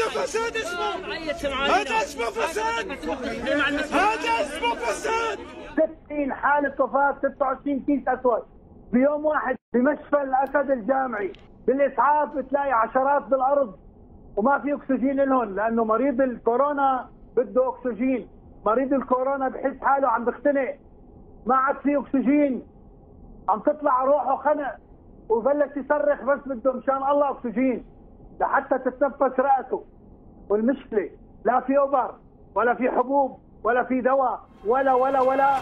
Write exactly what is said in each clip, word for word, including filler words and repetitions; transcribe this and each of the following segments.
هذا فساد اسمه، هذا اسمه فساد، هذا اسمه فساد. ستين حالة وفاة، ستة وعشرين كيس أسود بيوم واحد بمشفى الأسد الجامعي. بالإسعاف بتلاقي عشرات بالأرض وما في أكسجين لهم، لأنه مريض الكورونا بده أكسجين. مريض الكورونا بحس حاله عم بختنق، ما عاد في أكسجين، عم تطلع روحه خنق وبلش يصرخ بس بده مشان الله أكسجين لحتى تتنفس رأسه. والمشكلة لا في أوبر ولا في حبوب ولا في دواء ولا ولا ولا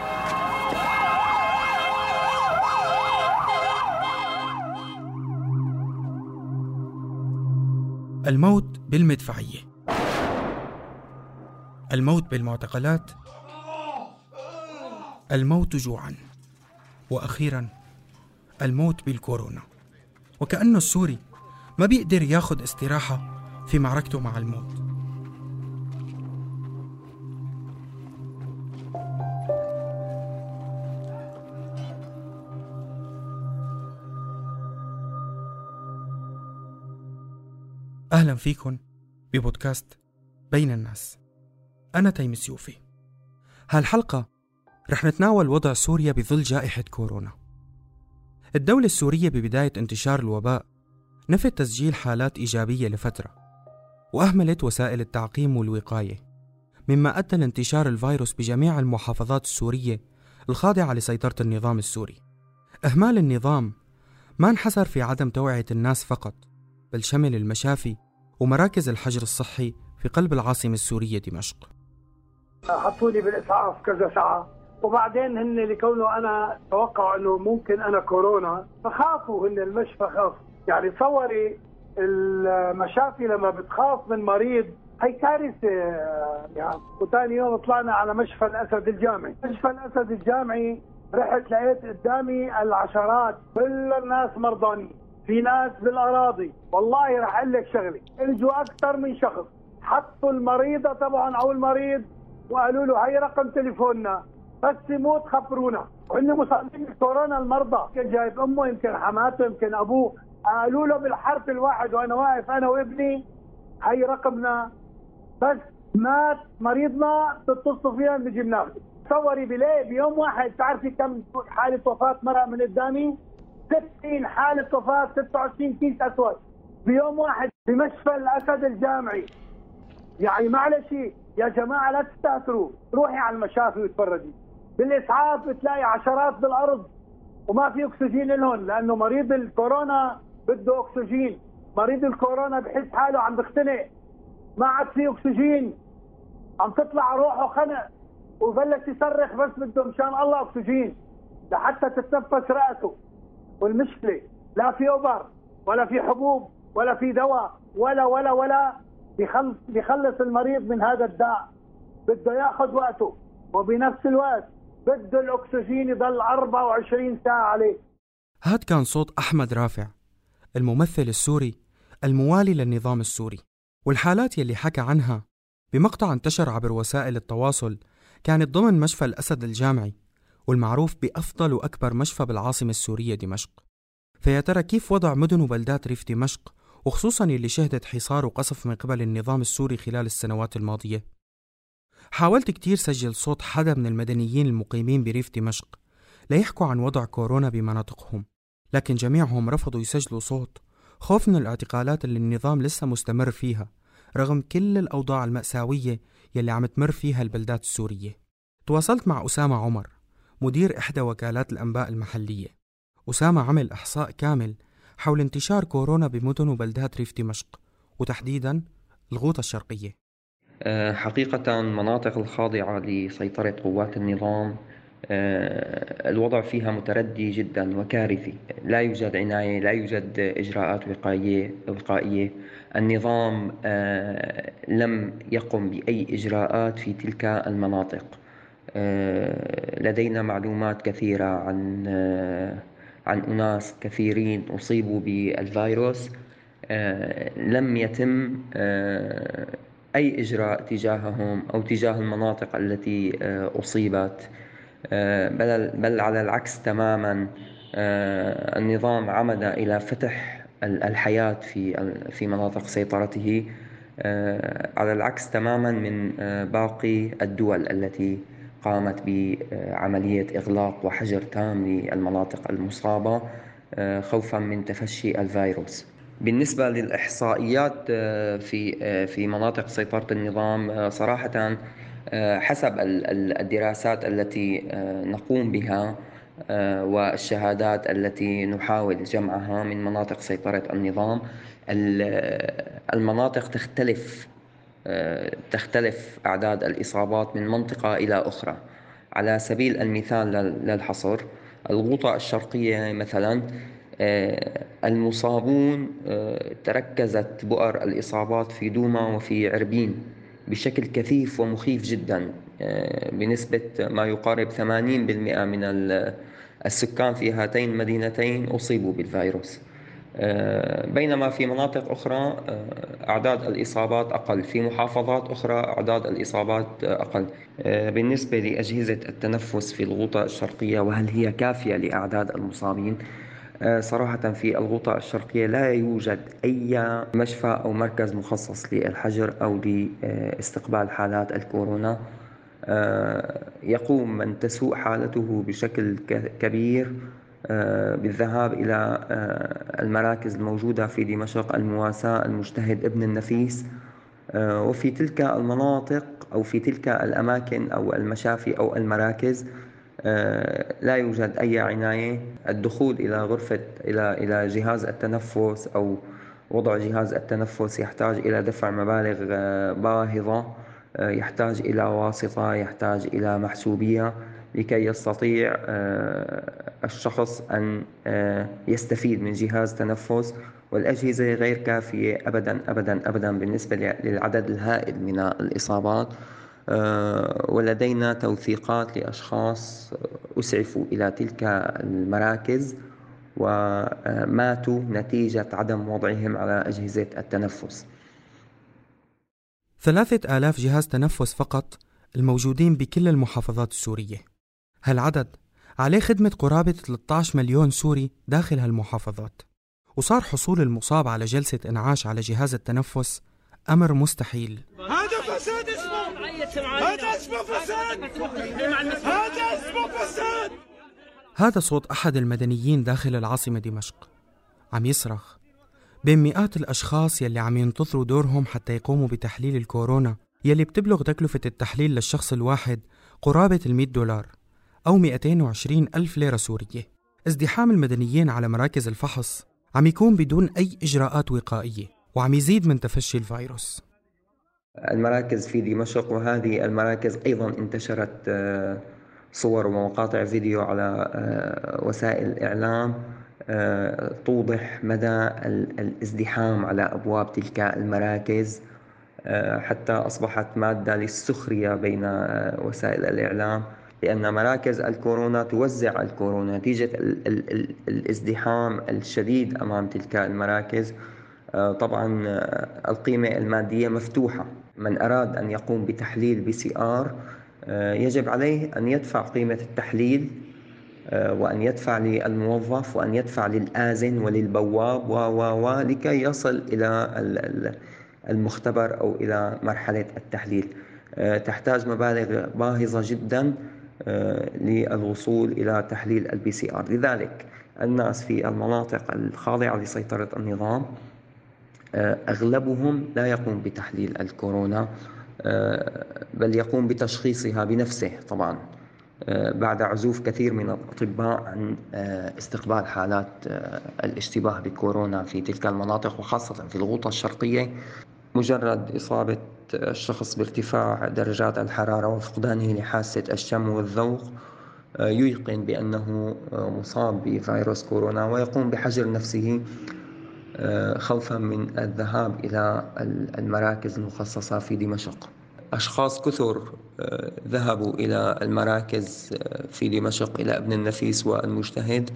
الموت بالمدفعية، الموت بالمعتقلات، الموت جوعاً، وأخيراً الموت بالكورونا. وكأنه السوري ما بيقدر ياخد استراحة في معركته مع الموت. أهلا فيكن ببودكاست بين الناس. أنا تيم سيوفي. هالحلقة رح نتناول وضع سوريا بظل جائحة كورونا. الدولة السورية ببداية انتشار الوباء نفت تسجيل حالات إيجابية لفترة، وأهملت وسائل التعقيم والوقاية، مما أدى لانتشار الفيروس بجميع المحافظات السورية الخاضعة لسيطرة النظام السوري. إهمال النظام ما انحصر في عدم توعية الناس فقط، بل شمل المشافي ومراكز الحجر الصحي في قلب العاصمة السورية دمشق. حطوني بالإسعاف كذا ساعة، وبعدين هن لكونه أنا توقعوا أنه ممكن أنا كورونا فخافوا، هن المشفى خافوا. يعني تصوري المشافي لما بتخاف من مريض هي كارثة يعني. وثاني يوم طلعنا على مشفى الأسد الجامعي. مشفى الأسد الجامعي رحت لقيت قدامي العشرات، كل الناس مرضانين، في ناس بالأراضي. والله رح أقول لك شغلة، اجوا أكثر من شخص حطوا المريضة طبعا أو المريض وقالوا له هي رقم تليفوننا، بس يموت خبرونا. وإنه مصابين بالكورونا المرضى، يمكن جايب أمه، يمكن حماته، يمكن أبوه. قالوا له بالحرف الواحد وأنا واقف أنا وابني هي رقمنا، بس مات مريضنا تتصلوا فينا نجي بناخده. تصوري بليه بيوم واحد تعرفي كم حالة وفاة مرة من قدامي؟ ستين حالة وفاة، ستة وعشرين كيس أسود بيوم واحد بمشفى الأسد الجامعي. يعني معلش يا جماعة لا تستهتروا، روحي على المشافي وتفرجي. بالإسعاف بتلاقي عشرات بالأرض وما في أكسجين لهم، لأنه مريض الكورونا بده أكسجين. مريض الكورونا بحس حاله عم بختنق، ما عاد في أكسجين، عم تطلع روحه خنق وبلش يصرخ بس بده مشان الله أكسجين لحتى تتنفس رأسه. والمشكلة لا في أوبر ولا في حبوب ولا في دواء ولا ولا ولا بيخلص, بيخلص المريض من هذا الداء. بده ياخذ وقته، وبنفس الوقت بده الأكسجين يضل أربعة وعشرين ساعة عليه. هاد كان صوت أحمد رافع، الممثل السوري الموالي للنظام السوري. والحالات يلي حكى عنها بمقطع انتشر عبر وسائل التواصل كانت ضمن مشفى الأسد الجامعي، والمعروف بأفضل وأكبر مشفى بالعاصمة السورية دمشق. فيا ترى كيف وضع مدن وبلدات ريف دمشق، وخصوصاً اللي شهدت حصار وقصف من قبل النظام السوري خلال السنوات الماضية؟ حاولت كتير سجل صوت حدا من المدنيين المقيمين بريف دمشق ليحكوا عن وضع كورونا بمناطقهم، لكن جميعهم رفضوا يسجلوا صوت، خوف من الاعتقالات اللي النظام لسه مستمر فيها رغم كل الأوضاع المأساوية يلي عم تمر فيها البلدات السورية. تواصلت مع أسامة عمر، مدير إحدى وكالات الأنباء المحلية. أسامة عمل إحصاء كامل حول انتشار كورونا بمدن وبلدات ريف دمشق، وتحديداً الغوطة الشرقية. حقيقة مناطق الخاضعة لسيطرة قوات النظام الوضع فيها متردي جدا وكارثي. لا يوجد عناية، لا يوجد إجراءات وقائية وقائية. النظام لم يقم بأي إجراءات في تلك المناطق. لدينا معلومات كثيرة عن عن أناس كثيرين أصيبوا بالفيروس، لم يتم أي إجراء تجاههم أو تجاه المناطق التي أصيبت، بل, بل على العكس تماما. النظام عمد إلى فتح الحياة في في مناطق سيطرته على العكس تماما من باقي الدول التي قامت بعملية إغلاق وحجر تام للمناطق المصابة خوفا من تفشي الفيروس. بالنسبة للإحصائيات في في مناطق سيطرة النظام، صراحة حسب الدراسات التي نقوم بها والشهادات التي نحاول جمعها من مناطق سيطرة النظام، المناطق تختلف تختلف أعداد الإصابات من منطقة إلى أخرى. على سبيل المثال للحصر، الغوطة الشرقية مثلا المصابون تركزت بؤر الإصابات في دوما وفي عربين بشكل كثيف ومخيف جدا، بنسبة ما يقارب ثمانين بالمئة من السكان في هاتين المدينتين أصيبوا بالفيروس، بينما في مناطق أخرى أعداد الإصابات أقل، في محافظات أخرى أعداد الإصابات أقل. بالنسبة لأجهزة التنفس في الغوطة الشرقية وهل هي كافية لأعداد المصابين؟ صراحة في الغوطة الشرقية لا يوجد أي مشفى أو مركز مخصص للحجر أو لاستقبال حالات الكورونا. يقوم من تسوء حالته بشكل كبير بالذهاب إلى المراكز الموجودة في دمشق، المواساة، المجتهد، ابن النفيس، وفي تلك المناطق أو في تلك الأماكن أو المشافي أو المراكز لا يوجد أي عناية. الدخول إلى غرفة إلى إلى جهاز التنفس أو وضع جهاز التنفس يحتاج إلى دفع مبالغ باهظة، يحتاج إلى واسطة، يحتاج إلى محسوبية لكي يستطيع الشخص أن يستفيد من جهاز تنفس، والأجهزة غير كافية أبدا أبدا أبدا بالنسبة للعدد الهائل من الإصابات. ولدينا توثيقات لأشخاص أسعفوا إلى تلك المراكز وماتوا نتيجة عدم وضعهم على أجهزة التنفس. ثلاثة آلاف جهاز تنفس فقط الموجودين بكل المحافظات السورية. هالعدد عليه خدمة قرابة ثلاثة عشر مليون سوري داخل هالمحافظات، وصار حصول المصاب على جلسة إنعاش على جهاز التنفس أمر مستحيل. هذا فساد اسمه، هذا اسمه فساد، هذا اسمه فساد. هذا صوت أحد المدنيين داخل العاصمة دمشق عم يصرخ بين مئات الأشخاص يلي عم ينتظروا دورهم حتى يقوموا بتحليل الكورونا، يلي بتبلغ تكلفة التحليل للشخص الواحد قرابة المئة دولار أو مئتين وعشرين ألف ليرة سورية. ازدحام المدنيين على مراكز الفحص عم يكون بدون أي إجراءات وقائية وعم يزيد من تفشي الفيروس. المراكز في دمشق، وهذه المراكز أيضا انتشرت صور ومقاطع فيديو على وسائل الإعلام توضح مدى الازدحام على أبواب تلك المراكز، حتى أصبحت مادة للسخرية بين وسائل الإعلام، لأن مراكز الكورونا توزع الكورونا نتيجة الازدحام الشديد أمام تلك المراكز. طبعا القيمة المادية مفتوحة، من أراد أن يقوم بتحليل بي سي آر يجب عليه أن يدفع قيمة التحليل وأن يدفع للموظف وأن يدفع للآذن وللبواب و و و لكي يصل إلى المختبر أو إلى مرحلة التحليل. تحتاج مبالغ باهظة جدا للوصول إلى تحليل البي سي آر. لذلك الناس في المناطق الخاضعة لسيطرة النظام أغلبهم لا يقوم بتحليل الكورونا، بل يقوم بتشخيصها بنفسه طبعا بعد عزوف كثير من الأطباء عن استقبال حالات الاشتباه بكورونا في تلك المناطق، وخاصة في الغوطة الشرقية. مجرد إصابة الشخص بارتفاع درجات الحرارة وفقدانه لحاسة الشم والذوق ييقن بأنه مصاب بفيروس كورونا ويقوم بحجر نفسه خوفا من الذهاب إلى المراكز المخصصة في دمشق. أشخاص كثر ذهبوا إلى المراكز في دمشق، إلى ابن النفيس والمجتهد.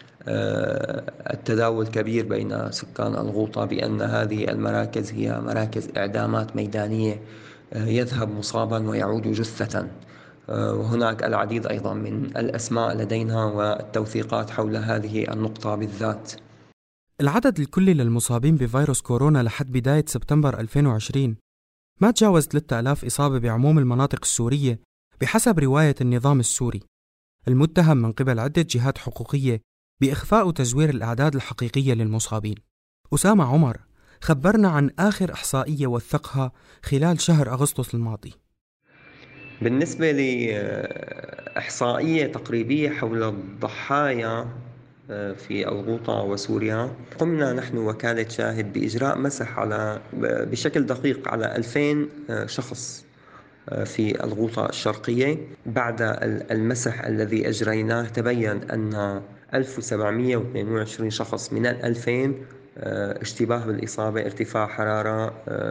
التداول كبير بين سكان الغوطة بأن هذه المراكز هي مراكز إعدامات ميدانية، يذهب مصابا ويعود جثة. وهناك العديد أيضا من الأسماء لدينا والتوثيقات حول هذه النقطة بالذات. العدد الكلي للمصابين بفيروس كورونا لحد بداية سبتمبر ألفين وعشرين ما تجاوز ثلاثة آلاف إصابة بعموم المناطق السورية بحسب رواية النظام السوري، المتهم من قبل عدة جهات حقوقية بإخفاء وتزوير الأعداد الحقيقية للمصابين. أسامة عمر خبرنا عن آخر إحصائية وثقها خلال شهر أغسطس الماضي. بالنسبة لإحصائية تقريبية حول الضحايا في الغوطة وسوريا، قمنا نحن وكالة شاهد بإجراء مسح على بشكل دقيق على ألفين شخص في الغوطة الشرقية. بعد المسح الذي أجريناه تبين أن ألف وسبعمئة واثنين وعشرين شخص من الألفين اشتباه بالإصابة، ارتفاع حرارة،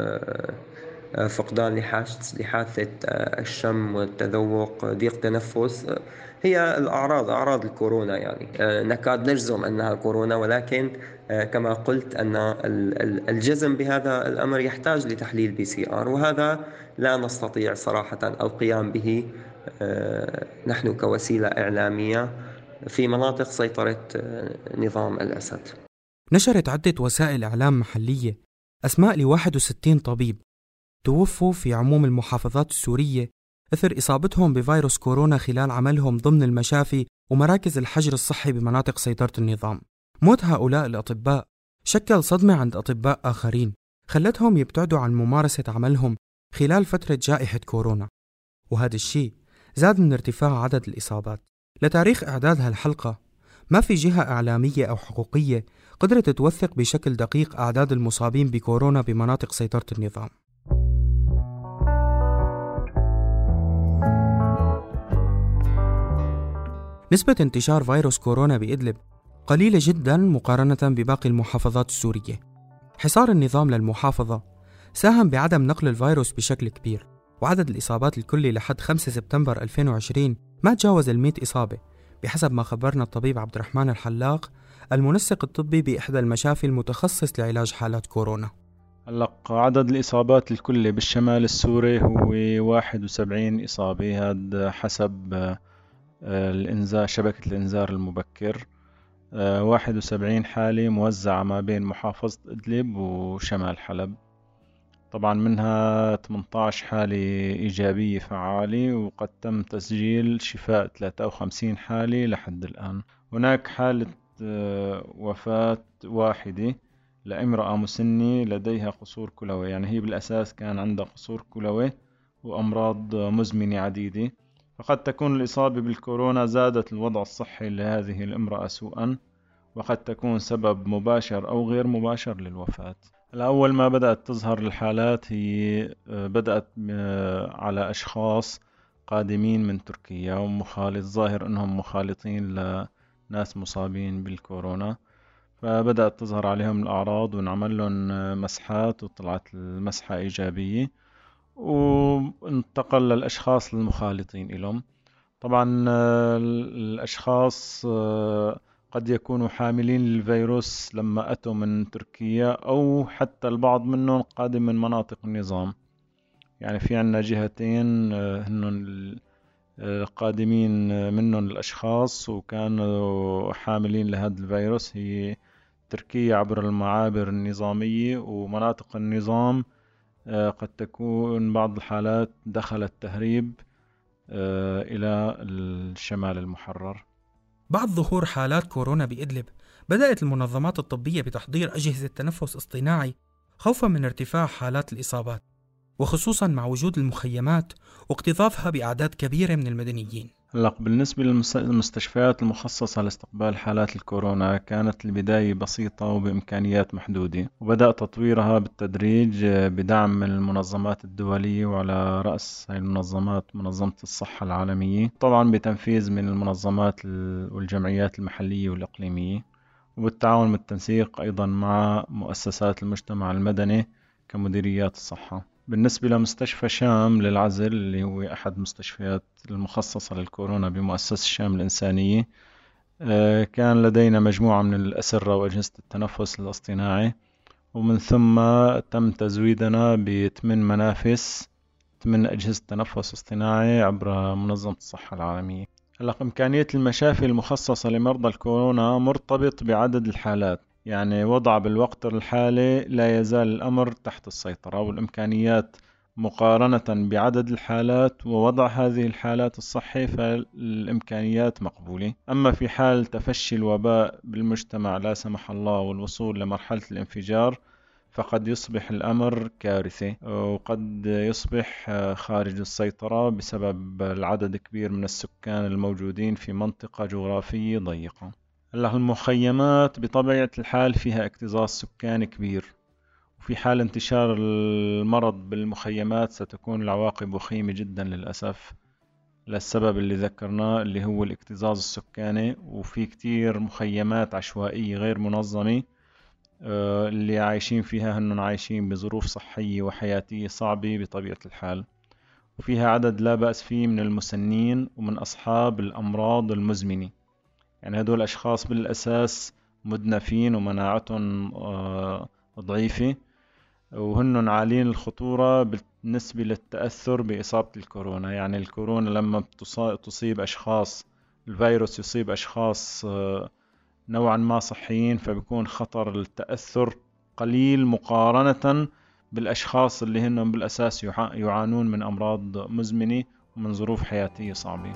فقدان لحاسة الشم والتذوق، ضيق تنفس، هي الأعراض أعراض الكورونا. يعني نكاد نجزم أنها كورونا، ولكن كما قلت أن الجزم بهذا الأمر يحتاج لتحليل بي سي آر، وهذا لا نستطيع صراحة القيام به نحن كوسيلة إعلامية في مناطق سيطرة نظام الأسد. نشرت عدة وسائل إعلام محلية أسماء ل واحد وستين طبيب توفوا في عموم المحافظات السورية أثر إصابتهم بفيروس كورونا خلال عملهم ضمن المشافي ومراكز الحجر الصحي بمناطق سيطرة النظام. موت هؤلاء الأطباء شكل صدمة عند أطباء آخرين خلتهم يبتعدوا عن ممارسة عملهم خلال فترة جائحة كورونا، وهذا الشيء زاد من ارتفاع عدد الإصابات. لتاريخ إعداد هالحلقة ما في جهة إعلامية أو حقوقية قدرت توثق بشكل دقيق أعداد المصابين بكورونا بمناطق سيطرة النظام. نسبة انتشار فيروس كورونا بإدلب قليلة جدا مقارنة بباقي المحافظات السورية. حصار النظام للمحافظة ساهم بعدم نقل الفيروس بشكل كبير، وعدد الإصابات الكلي لحد خمسة سبتمبر ألفين وعشرين ما تجاوز المئة إصابة بحسب ما خبرنا الطبيب عبد الرحمن الحلاق المنسق الطبي بإحدى المشافي المتخصص لعلاج حالات كورونا. هلق عدد الإصابات الكلي بالشمال السوري هو واحد وسبعين إصابة، هذا حسب الإنذار شبكة الإنذار المبكر. واحد وسبعين حالة موزعة ما بين محافظة إدلب وشمال حلب. طبعا منها ثمانية عشر حالة إيجابية فعالة، وقد تم تسجيل شفاء ثلاثة وخمسين حالة لحد الآن. هناك حالة وفاة واحدة لامرأة مسنة لديها قصور كلوي، يعني هي بالأساس كان عندها قصور كلوي وأمراض مزمنة عديدة، فقد تكون الإصابة بالكورونا زادت الوضع الصحي لهذه الامرأة سوءا، وقد تكون سبب مباشر أو غير مباشر للوفاة. الأول ما بدأت تظهر الحالات هي بدأت على أشخاص قادمين من تركيا ومخالط، ظاهر أنهم مخالطين لناس مصابين بالكورونا، فبدأت تظهر عليهم الأعراض ونعمل لهم مسحات وطلعت المسحة إيجابية، وانتقل للأشخاص المخالطين لهم. طبعا الأشخاص قد يكونوا حاملين للفيروس لما أتوا من تركيا، أو حتى البعض منهم قادم من مناطق النظام. يعني في عنا جهتين هن القادمين منهم الأشخاص وكانوا حاملين لهذا الفيروس، هي تركيا عبر المعابر النظامية، ومناطق النظام قد تكون بعض الحالات دخلت تهريب إلى الشمال المحرر. بعد ظهور حالات كورونا بإدلب بدأت المنظمات الطبية بتحضير أجهزة تنفس اصطناعي خوفا من ارتفاع حالات الإصابات، وخصوصا مع وجود المخيمات واكتظاظها بأعداد كبيرة من المدنيين. هلق بالنسبة للمستشفيات المخصصة لاستقبال حالات الكورونا كانت البداية بسيطة وبإمكانيات محدودة، وبدأ تطويرها بالتدريج بدعم من المنظمات الدولية، وعلى رأس هذه المنظمات منظمة الصحة العالمية، طبعا بتنفيذ من المنظمات والجمعيات المحلية والإقليمية، وبالتعاون والتنسيق أيضا مع مؤسسات المجتمع المدني كمديريات الصحة. بالنسبة لمستشفى شام للعزل اللي هو أحد مستشفيات المخصصة للكورونا بمؤسسة شام الإنسانية، كان لدينا مجموعة من الأسرة وأجهزة التنفس الاصطناعي، ومن ثم تم تزويدنا بثمان منافس ثمان أجهزة تنفس اصطناعي عبر منظمة الصحة العالمية. هلا إمكانية المشافي المخصصة لمرضى الكورونا مرتبط بعدد الحالات، يعني وضع بالوقت الحالي لا يزال الأمر تحت السيطرة، والإمكانيات مقارنة بعدد الحالات ووضع هذه الحالات الصحي فالإمكانيات مقبولة. أما في حال تفشي الوباء بالمجتمع لا سمح الله والوصول لمرحلة الانفجار فقد يصبح الأمر كارثة، وقد يصبح خارج السيطرة بسبب العدد كبير من السكان الموجودين في منطقة جغرافية ضيقة. المخيمات بطبيعة الحال فيها اكتظاظ سكاني كبير، وفي حال انتشار المرض بالمخيمات ستكون العواقب وخيمة جدا للأسف، للسبب اللي ذكرناه اللي هو الاكتظاظ السكاني. وفي كتير مخيمات عشوائية غير منظمة اللي عايشين فيها هن عايشين بظروف صحية وحياتية صعبة بطبيعة الحال، وفيها عدد لا بأس فيه من المسنين ومن أصحاب الأمراض المزمنة. يعني هدول الأشخاص بالأساس مدنفين ومناعتهم ضعيفة، وهن عالين الخطورة بالنسبة للتأثر بإصابة الكورونا. يعني الكورونا لما تصيب أشخاص، الفيروس يصيب أشخاص نوعا ما صحيين، فبيكون خطر التأثر قليل مقارنة بالأشخاص اللي هن بالأساس يعانون من أمراض مزمنة ومن ظروف حياتية صعبة.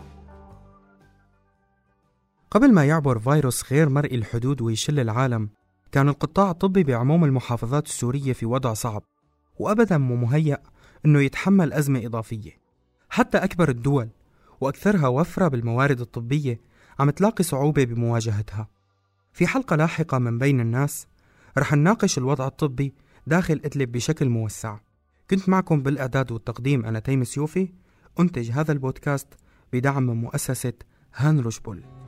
قبل ما يعبر فيروس غير مرئي الحدود ويشل العالم، كان القطاع الطبي بعموم المحافظات السورية في وضع صعب، وأبدا مو مهيأ أنه يتحمل أزمة إضافية. حتى أكبر الدول وأكثرها وفرة بالموارد الطبية عم تلاقي صعوبة بمواجهتها. في حلقة لاحقة من بين الناس رح نناقش الوضع الطبي داخل إدلب بشكل موسع. كنت معكم بالإعداد والتقديم أنا تيم سيوفي، أنتج هذا البودكاست بدعم من مؤسسة هانروش بول.